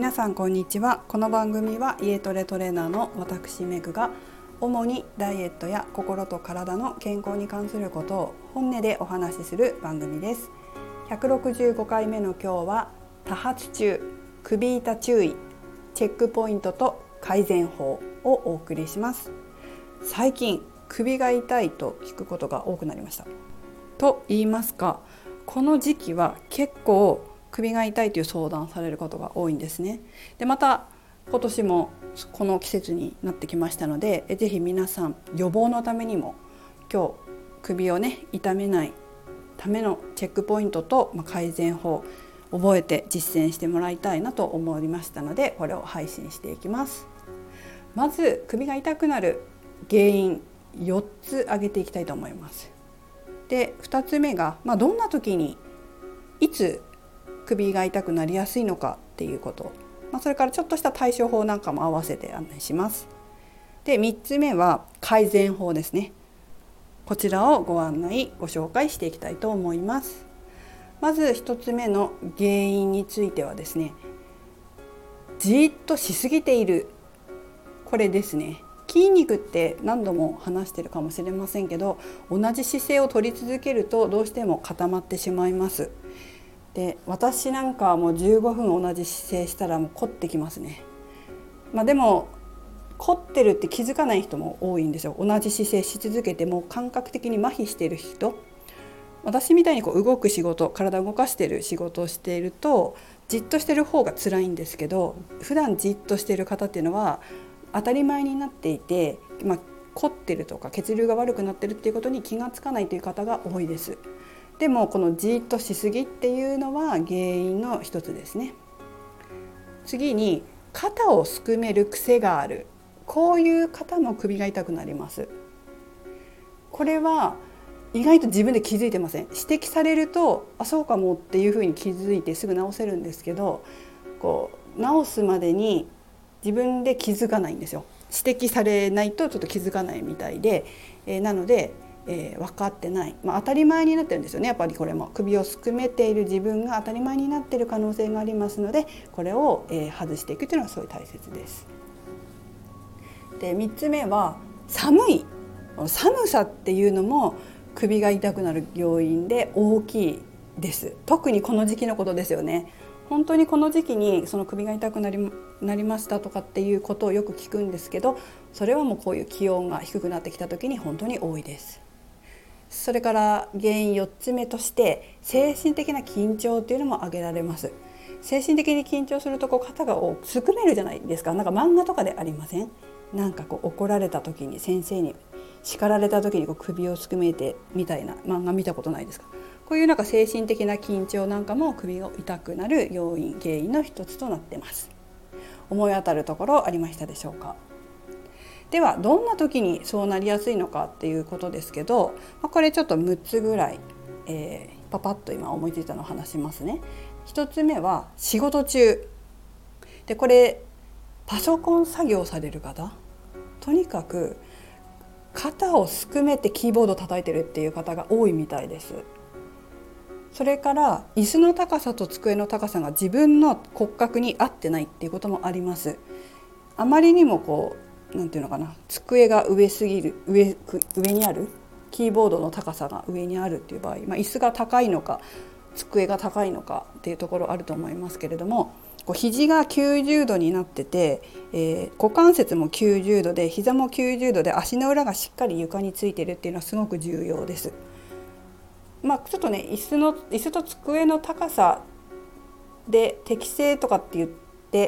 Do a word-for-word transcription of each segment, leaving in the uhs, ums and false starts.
皆さんこんにちは。この番組は家トレトレーナーの私メグが主にダイエットや心と体の健康に関することを本音でお話しする番組です。ひゃくろくじゅうごかいめの今日は多発中、首痛注意、チェックポイントと改善法をお送りします。最近首が痛いと聞くことが多くなりました。と言いますか、この時期は結構首が痛いという相談されることが多いんですね。でまた今年もこの季節になってきましたので、ぜひ皆さん予防のためにも今日首をね痛めないためのチェックポイントと改善法覚えて実践してもらいたいなと思いましたので、これを配信していきます。まず首が痛くなる原因よっつ挙げていきたいと思います。でふたつめが、まあ、どんな時にいつ首が痛くなりやすいのかっていうこと、まあ、それからちょっとした対処法なんかも合わせて案内します。でみっつめは改善法ですね。こちらをご案内ご紹介していきたいと思います。まずひとつめの原因についてはですね、じーっとしすぎている、これですね。筋肉って何度も話してるかもしれませんけど、同じ姿勢を取り続けるとどうしても固まってしまいます。で私なんかはもうじゅうごふん同じ姿勢したらもう凝ってきますね。まあ、でも凝ってるって気づかない人も多いんですよ。同じ姿勢し続けても感覚的に麻痺している人、私みたいにこう動く仕事、体を動かしている仕事をしているとじっとしてる方が辛いんですけど、普段じっとしている方っていうのは当たり前になっていて、まあ、凝ってるとか血流が悪くなってるっていうことに気がつかないという方が多いです。でもこのじーっとしすぎっていうのは原因の一つですね。次に肩をすくめる癖がある、こういう方も首が痛くなります。これは意外と自分で気づいてません。指摘されるとあそうかもっていうふうに気づいてすぐ直せるんですけど、こう直すまでに自分で気づかないんですよ。指摘されないとちょっと気づかないみたいで、えー、なので、えー、分かってない、まあ、当たり前になってるんですよね。やっぱりこれも首をすくめている自分が当たり前になっている可能性がありますので、これを、えー、外していくというのはすごい大切です。でみっつめは寒い、寒さっていうのも首が痛くなる要因で大きいです。特にこの時期のことですよね。本当にこの時期にその首が痛くなり、なりましたとかっていうことをよく聞くんですけど、それはもうこういう気温が低くなってきた時に本当に多いです。それから原因よっつめとして精神的な緊張っていうのも挙げられます。精神的に緊張するとこう肩がすくめるじゃないですか。なんか漫画とかでありません？なんかこう怒られた時に、先生に叱られた時にこう首をすくめてみたいな漫画見たことないですか？こういうなんか精神的な緊張なんかも首が痛くなる要因、原因の一つとなっています。思い当たるところありましたでしょうか？ではどんな時にそうなりやすいのかっていうことですけど、これちょっとむっつぐらい、えー、パパッと今思いついたのを話しますね。ひとつめは仕事中で、これパソコン作業される方、とにかく肩をすくめてキーボードを叩いてるっていう方が多いみたいです。それから椅子の高さと机の高さが自分の骨格に合ってないっていうこともあります。あまりにもこうなんていうのかな、机が上すぎる、上、上にある、キーボードの高さが上にあるっていう場合、まあ、椅子が高いのか机が高いのかっていうところあると思いますけれども、こう肘がきゅうじゅうどになってて、えー、股関節もきゅうじゅうどで膝もきゅうじゅうどで足の裏がしっかり床についているっていうのはすごく重要です。まあ、ちょっとね椅子の椅子と机の高さで適正とかって言って、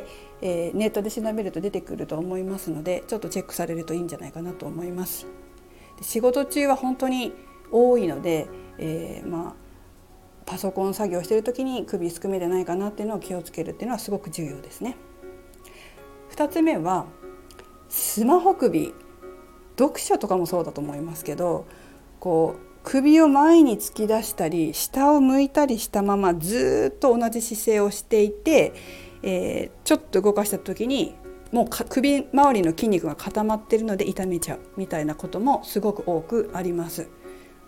えー、ネットで調べると出てくると思いますので、ちょっとチェックされるといいんじゃないかなと思います。で仕事中は本当に多いので、えー、まあパソコン作業している時に首すくめてないかなっていうのを気をつけるっていうのはすごく重要ですね。ふたつめはスマホ首、読書とかもそうだと思いますけど、こう首を前に突き出したり下を向いたりしたままずっと同じ姿勢をしていて、えー、ちょっと動かした時にもう首周りの筋肉が固まっているので痛めちゃうみたいなこともすごく多くあります。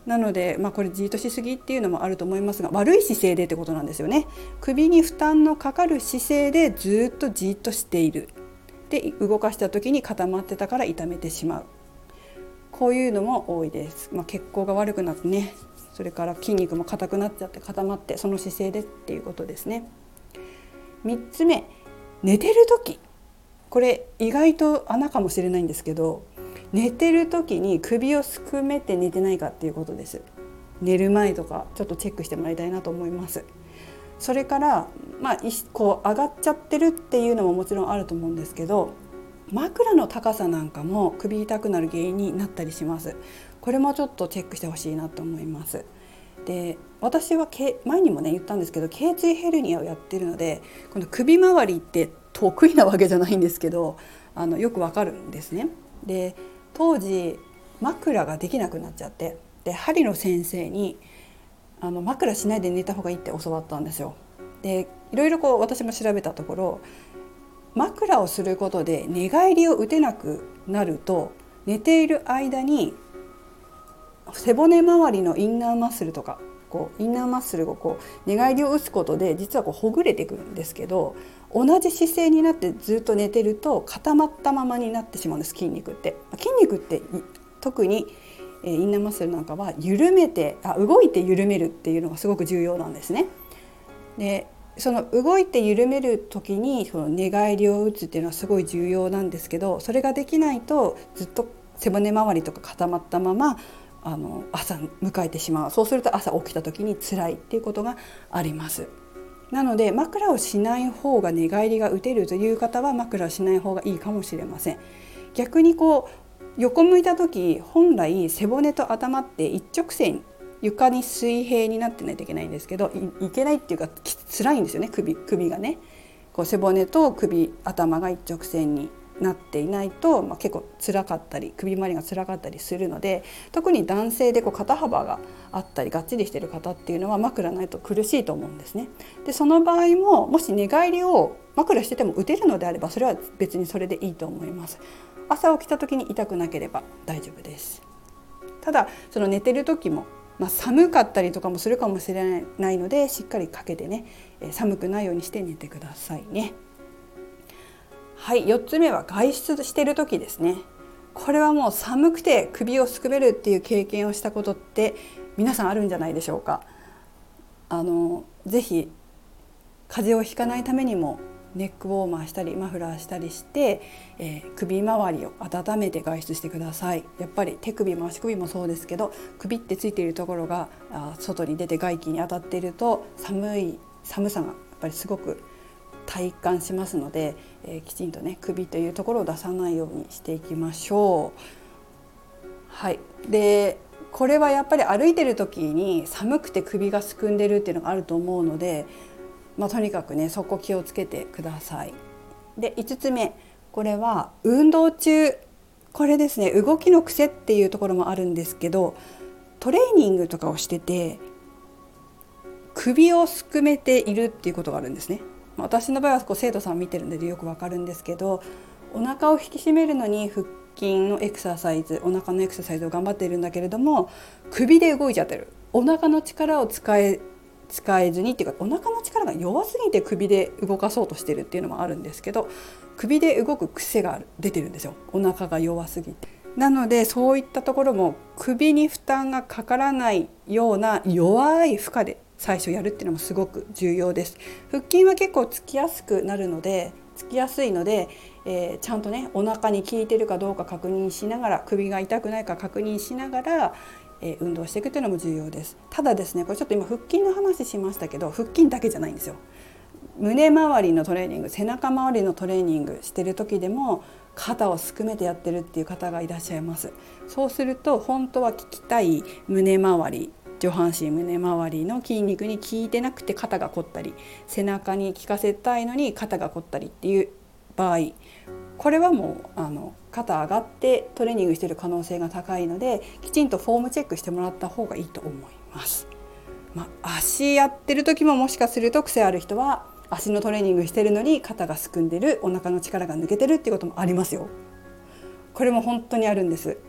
なので、まあ、これじーっとしすぎっていうのもあると思いますが、悪い姿勢でってことなんですよね。首に負担のかかる姿勢でずっとじーっとしている。で動かした時に固まってたから痛めてしまう。こういうのも多いです。まあ、血行が悪くなってね、それから筋肉も硬くなっちゃって固まって、その姿勢でっていうことですね。みっつめ、寝てる時、これ意外と穴かもしれないんですけど、寝てる時に首をすくめて寝てないかっていうことです。寝る前とかちょっとチェックしてもらいたいなと思います。それから、まあ、こう上がっちゃってるっていうのももちろんあると思うんですけど、枕の高さなんかも首痛くなる原因になったりします。これもちょっとチェックしてほしいなと思います。で私は前にもね言ったんですけど、頸椎ヘルニアをやってるので、この首周りって得意なわけじゃないんですけど、あのよくわかるんですね。で当時枕ができなくなっちゃって、で針の先生にあの枕しないで寝た方がいいって教わったんですよ。でいろいろこう私も調べたところ、枕をすることで寝返りを打てなくなると、寝ている間に背骨周りのインナーマッスルとかこうインナーマッスルをこう寝返りを打つことで実はこうほぐれてくるんですけど、同じ姿勢になってずっと寝てると固まったままになってしまうんです。筋肉って筋肉って特にインナーマッスルなんかは緩めてあ動いて緩めるっていうのがすごく重要なんですね。でその動いて緩める時にその寝返りを打つっていうのはすごい重要なんですけど、それができないとずっと背骨周りとか固まったままあの朝迎えてしまう。そうすると朝起きた時に辛いっていうことがあります。なので枕をしない方が寝返りが打てるという方は枕をしない方がいいかもしれません。逆にこう横向いた時、本来背骨と頭って一直線、床に水平になってないといけないんですけど、 い, いけないっていうか辛いんですよね。 首, 首がねこう背骨と首頭が一直線になっていないと、まあ、結構辛かったり首周りが辛かったりするので、特に男性でこう肩幅があったりがっちりしている方っていうのは枕ないと苦しいと思うんですね。でその場合ももし寝返りを枕してても打てるのであれば、それは別にそれでいいと思います。朝起きた時に痛くなければ大丈夫です。ただその寝てる時も、まあ、寒かったりとかもするかもしれないので、しっかりかけてね、寒くないようにして寝てくださいね。はい、よっつめは外出している時ですね。これはもう寒くて首をすくめるっていう経験をしたことって皆さんあるんじゃないでしょうか。あのぜひ風邪をひかないためにもネックウォーマーしたりマフラーしたりして、えー、首周りを温めて外出してください。やっぱり手首も足首もそうですけど、首ってついているところがあ外に出て外気に当たっていると寒い寒さがやっぱりすごく体感しますので、えー、きちんとね首というところを出さないようにしていきましょう。はい、でこれはやっぱり歩いてる時に寒くて首がすくんでるっていうのがあると思うので、まあ、とにかくねそこ気をつけてください。でいつつめ、これは運動中、これですね、動きの癖っていうところもあるんですけど、トレーニングとかをしてて首をすくめているっていうことがあるんですね。私の場合はこう生徒さんを見てるのでよくわかるんですけど、お腹を引き締めるのに腹筋のエクササイズ、お腹のエクササイズを頑張っているんだけれども、首で動いちゃってる。お腹の力を使え使えずにっていうか、お腹の力が弱すぎて首で動かそうとしてるっていうのもあるんですけど、首で動く癖が出てるんですよ、お腹が弱すぎて。なのでそういったところも首に負担がかからないような弱い負荷で最初やるっていうのもすごく重要です。腹筋は結構つきやすくなるのでつきやすいので、えー、ちゃんとねお腹に効いてるかどうか確認しながら、首が痛くないか確認しながら、えー、運動していくというのも重要です。ただですね、これちょっと今腹筋の話しましたけど、腹筋だけじゃないんですよ。胸周りのトレーニング、背中周りのトレーニングしてる時でも肩をすくめてやってるっていう方がいらっしゃいます。そうすると本当は効きたい胸周り、上半身胸周りの筋肉に効いてなくて肩が凝ったり、背中に効かせたいのに肩が凝ったりっていう場合、これはもうあの肩上がってトレーニングしている可能性が高いので、きちんとフォームチェックしてもらった方がいいと思います。まあ、足やってる時ももしかすると癖ある人は足のトレーニングしてるのに肩がすくんでる、お腹の力が抜けてるっていうこともありますよ。これも本当にあるんです。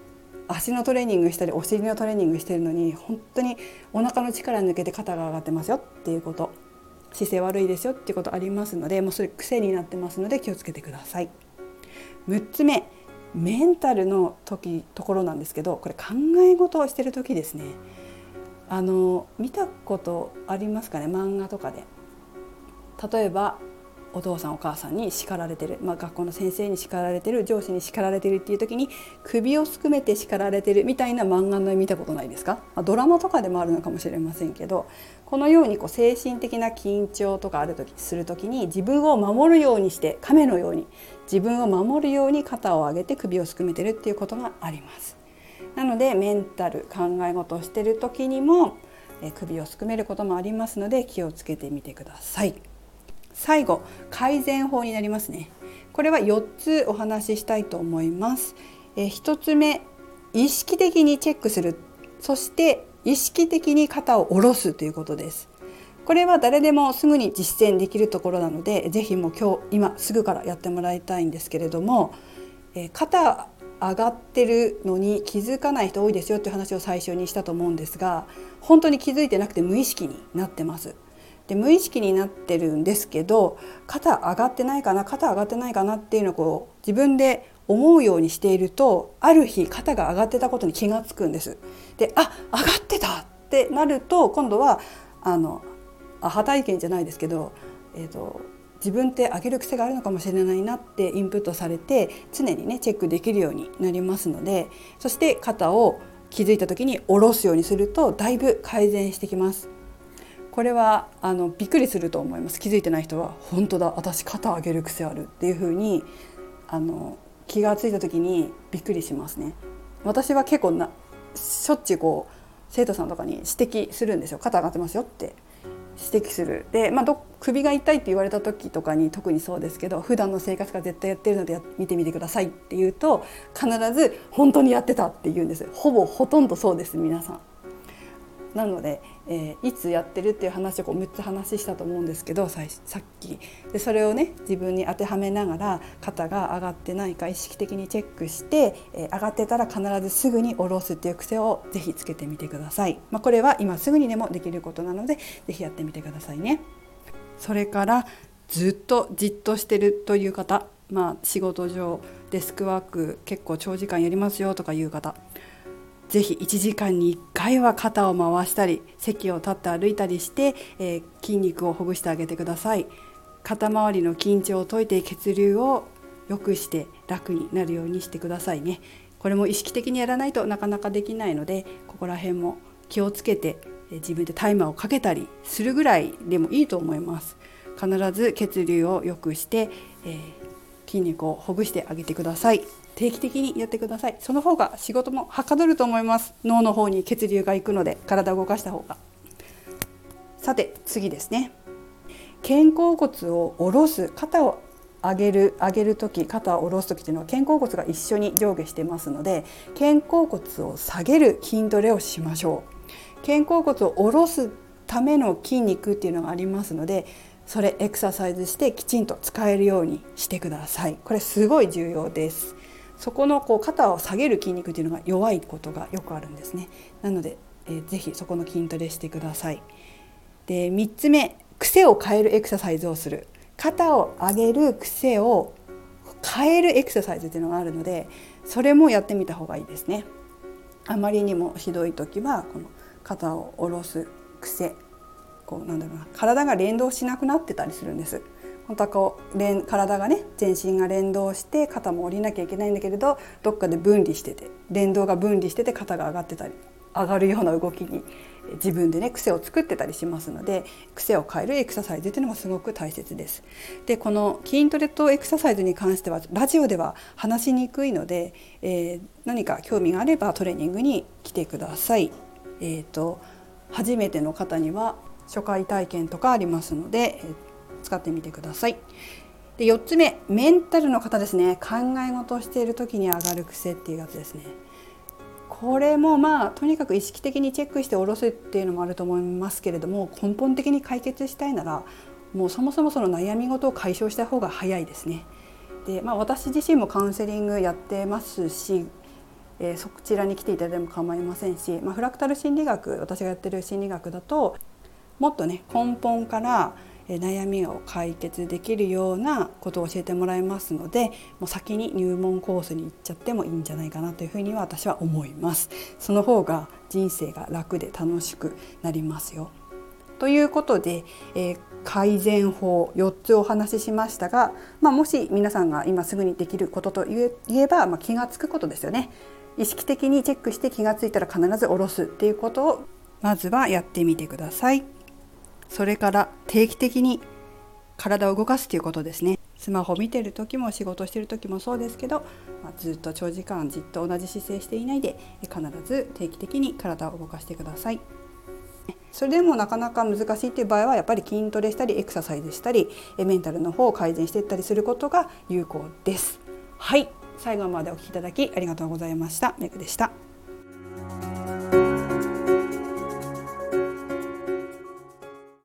足のトレーニングしたりお尻のトレーニングしてるのに本当にお腹の力抜けて肩が上がってますよっていうこと、姿勢悪いですよっていうことありますので、もうそれ癖になってますので気をつけてください。むっつめ、メンタルの時ところなんですけど、これ考え事をしてる時ですね。あの見たことありますかね、漫画とかで。例えばお父さんお母さんに叱られてる、まあ、学校の先生に叱られてる、上司に叱られてるっていう時に首をすくめて叱られてるみたいな漫画の絵見たことないですか？まあ、ドラマとかでもあるのかもしれませんけど、このようにこう精神的な緊張とかある時する時に自分を守るようにして、亀のように自分を守るように肩を上げて首をすくめてるっていうことがあります。なのでメンタル、考え事をしてる時にもえ首をすくめることもありますので気をつけてみてください。最後、改善法になりますね。これはよっつお話ししたいと思います。えひとつめ、意識的にチェックする。そして意識的に肩を下ろすということです。これは誰でもすぐに実践できるところなので、ぜひもう今日今すぐからやってもらいたいんですけれども、え肩上がってるのに気づかない人多いですよっていう話を最初にしたと思うんですが、本当に気づいてなくて無意識になってます。で無意識になってるんですけど、肩上がってないかな肩上がってないかなっていうのをこう自分で思うようにしていると、ある日肩が上がってたことに気がつくんです。で、あ、上がってたってなると、今度はあのアハ体験じゃないですけど、えーと、自分って上げる癖があるのかもしれないなってインプットされて、常にねチェックできるようになりますので、そして肩を気づいた時に下ろすようにするとだいぶ改善してきます。これはあのびっくりすると思います。気づいてない人は本当だ、私肩上げる癖あるっていう風にあに気がついた時にびっくりしますね。私は結構なしょっちゅうこう生徒さんとかに指摘するんですよ。肩上がってますよって指摘する。で、まあ、ど首が痛いって言われた時とかに特にそうですけど、普段の生活から絶対やってるのでや見てみてくださいって言うと、必ず本当にやってたって言うんです。ほぼほとんどそうです皆さん。なので、えー、いつやってるっていう話をこうむっつ話したと思うんですけど、さっきでそれをね自分に当てはめながら、肩が上がってないか意識的にチェックして、えー、上がってたら必ずすぐに下ろすっていう癖をぜひつけてみてください。まあ、これは今すぐにでもできることなのでぜひやってみてくださいね。それからずっとじっとしてるという方、まあ、仕事上デスクワーク結構長時間やりますよとかいう方、ぜひいちじかんにいっかいは肩を回したり席を立って歩いたりして、えー、筋肉をほぐしてあげてください。肩周りの緊張を解いて血流を良くして楽になるようにしてくださいね。これも意識的にやらないとなかなかできないので、ここら辺も気をつけて自分でタイマーをかけたりするぐらいでもいいと思います。必ず血流を良くして、えー、筋肉をほぐしてあげてください。定期的にやってください。その方が仕事もはかどると思います。脳の方に血流が行くので、体を動かした方が。さて次ですね。肩甲骨を下ろす、肩を上げる上げる時、肩を下ろす時というのは肩甲骨が一緒に上下してますので、肩甲骨を下げる筋トレをしましょう。肩甲骨を下ろすための筋肉っていうのがありますので、それエクササイズしてきちんと使えるようにしてください。これすごい重要です。そこのこう肩を下げる筋肉っていうのが弱いことがよくあるんですね。なので、えー、ぜひそこの筋トレしてください。でみっつめ、癖を変えるエクササイズをする。肩を上げる癖を変えるエクササイズっていうのがあるので、それもやってみた方がいいですね。あまりにもひどい時はこの肩を下ろす癖、こうなんだろうな、体が連動しなくなってたりするんです。本当はこう連体がね全身が連動して肩も降りなきゃいけないんだけれど、どっかで分離してて連動が分離してて肩が上がってたり上がるような動きに自分でね癖を作ってたりしますので、癖を変えるエクササイズというのもすごく大切です。でこの筋トレとエクササイズに関してはラジオでは話しにくいので、えー、何か興味があればトレーニングに来てください。えーと、初めての方には初回体験とかありますので、えー使ってみてください。でよっつめ、メンタルの方ですね。考え事をしている時に上がる癖っていうやつですね。これもまあとにかく意識的にチェックして下ろすっていうのもあると思いますけれども、根本的に解決したいならもうそもそもその悩み事を解消した方が早いですね。で、まあ、私自身もカウンセリングやってますし、 えー、そちらに来ていただいても構いませんし、まあ、フラクタル心理学、私がやってる心理学だともっとね根本から悩みを解決できるようなことを教えてもらえますので、もう先に入門コースに行っちゃってもいいんじゃないかなというふうには私は思います。その方が人生が楽で楽しくなりますよ。ということで、えー、改善法よっつお話ししましたが、まあ、もし皆さんが今すぐにできることといえば、まあ、気がつくことですよね。意識的にチェックして気がついたら必ず下ろすっていうことをまずはやってみてください。それから定期的に体を動かすということですね。スマホ見てる時も仕事してる時もそうですけど、まあ、ずっと長時間じっと同じ姿勢していないで必ず定期的に体を動かしてください。それでもなかなか難しいという場合はやっぱり筋トレしたりエクササイズしたりメンタルの方を改善していったりすることが有効です。はい、最後までお聞きいただきありがとうございました。めぐでした。